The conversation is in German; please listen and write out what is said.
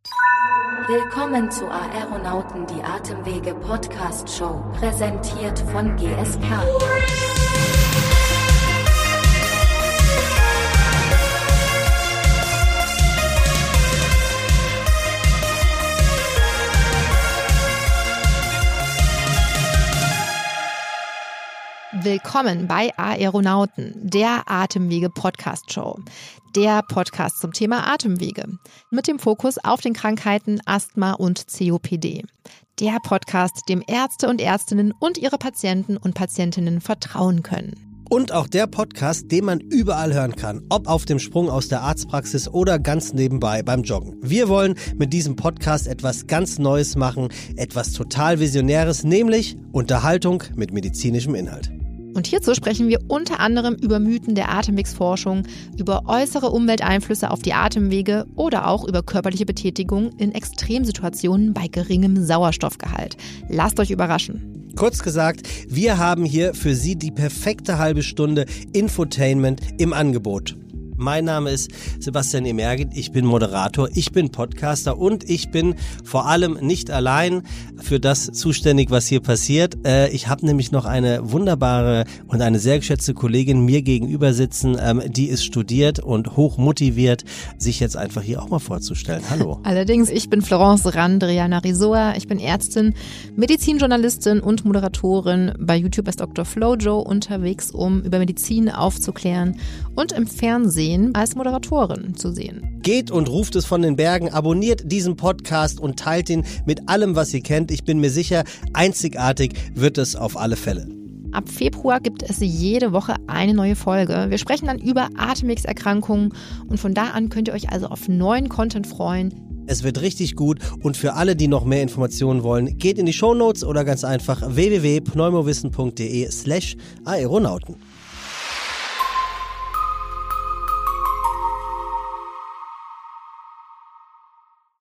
Willkommen zu Aeronauten, die Atemwege Podcast Show, präsentiert von GSK. Willkommen bei Aeronauten, der Atemwege-Podcast-Show. Der Podcast zum Thema Atemwege mit dem Fokus auf den Krankheiten Asthma und COPD. Der Podcast, dem Ärzte und Ärztinnen und ihre Patienten und Patientinnen vertrauen können. Und auch der Podcast, den man überall hören kann, ob auf dem Sprung aus der Arztpraxis oder ganz nebenbei beim Joggen. Wir wollen mit diesem Podcast etwas ganz Neues machen, etwas total Visionäres, nämlich Unterhaltung mit medizinischem Inhalt. Und hierzu sprechen wir unter anderem über Mythen der Atemwegsforschung, über äußere Umwelteinflüsse auf die Atemwege oder auch über körperliche Betätigung in Extremsituationen bei geringem Sauerstoffgehalt. Lasst euch überraschen. Kurz gesagt, wir haben hier für Sie die perfekte halbe Stunde Infotainment im Angebot. Mein Name ist Sebastian Emerget, ich bin Moderator, ich bin Podcaster und ich bin vor allem nicht allein für das zuständig, was hier passiert. Ich habe nämlich noch eine wunderbare und eine sehr geschätzte Kollegin mir gegenüber sitzen, die ist studiert und hoch motiviert, sich jetzt einfach hier auch mal vorzustellen. Hallo. Allerdings, ich bin Florence Randriana-Risoa, ich bin Ärztin, Medizinjournalistin und Moderatorin bei YouTube als Dr. Flojo unterwegs, um über Medizin aufzuklären und im Fernsehen als Moderatorin zu sehen. Geht und ruft es von den Bergen, abonniert diesen Podcast und teilt ihn mit allem, was ihr kennt. Ich bin mir sicher, einzigartig wird es auf alle Fälle. Ab Februar gibt es jede Woche eine neue Folge. Wir sprechen dann über Atemwegserkrankungen und von da an könnt ihr euch also auf neuen Content freuen. Es wird richtig gut und für alle, die noch mehr Informationen wollen, geht in die Shownotes oder ganz einfach www.pneumowissen.de/Aeronauten.